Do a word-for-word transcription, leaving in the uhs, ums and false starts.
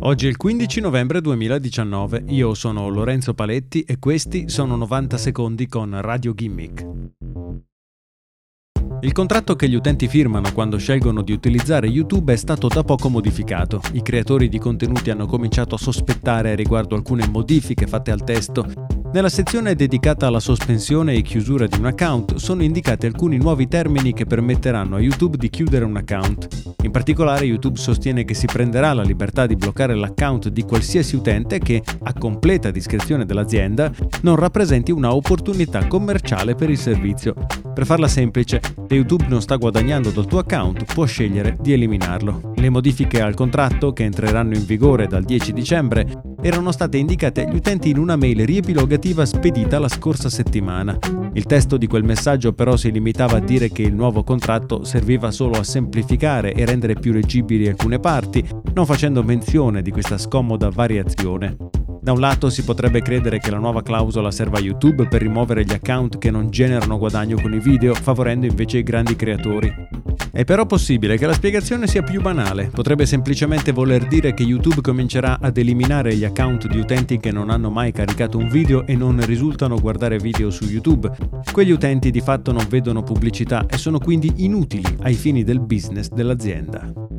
Oggi è il quindici novembre duemiladiciannove, io sono Lorenzo Paletti e questi sono novanta secondi con Radio Gimmick. Il contratto che gli utenti firmano quando scelgono di utilizzare YouTube è stato da poco modificato. I creatori di contenuti hanno cominciato a sospettare riguardo alcune modifiche fatte al testo. Nella sezione dedicata alla sospensione e chiusura di un account sono indicati alcuni nuovi termini che permetteranno a YouTube di chiudere un account. In particolare YouTube sostiene che si prenderà la libertà di bloccare l'account di qualsiasi utente che, a completa discrezione dell'azienda, non rappresenti una opportunità commerciale per il servizio. Per farla semplice, se YouTube non sta guadagnando dal tuo account, può scegliere di eliminarlo. Le modifiche al contratto, che entreranno in vigore dal dieci dicembre, erano state indicate agli utenti in una mail riepilogativa spedita la scorsa settimana. Il testo di quel messaggio però si limitava a dire che il nuovo contratto serviva solo a semplificare e rendere più leggibili alcune parti, non facendo menzione di questa scomoda variazione. Da un lato si potrebbe credere che la nuova clausola serva a YouTube per rimuovere gli account che non generano guadagno con i video, favorendo invece i grandi creatori. È però possibile che la spiegazione sia più banale. Potrebbe semplicemente voler dire che YouTube comincerà ad eliminare gli account di utenti che non hanno mai caricato un video e non risultano guardare video su YouTube. Quegli utenti di fatto non vedono pubblicità e sono quindi inutili ai fini del business dell'azienda.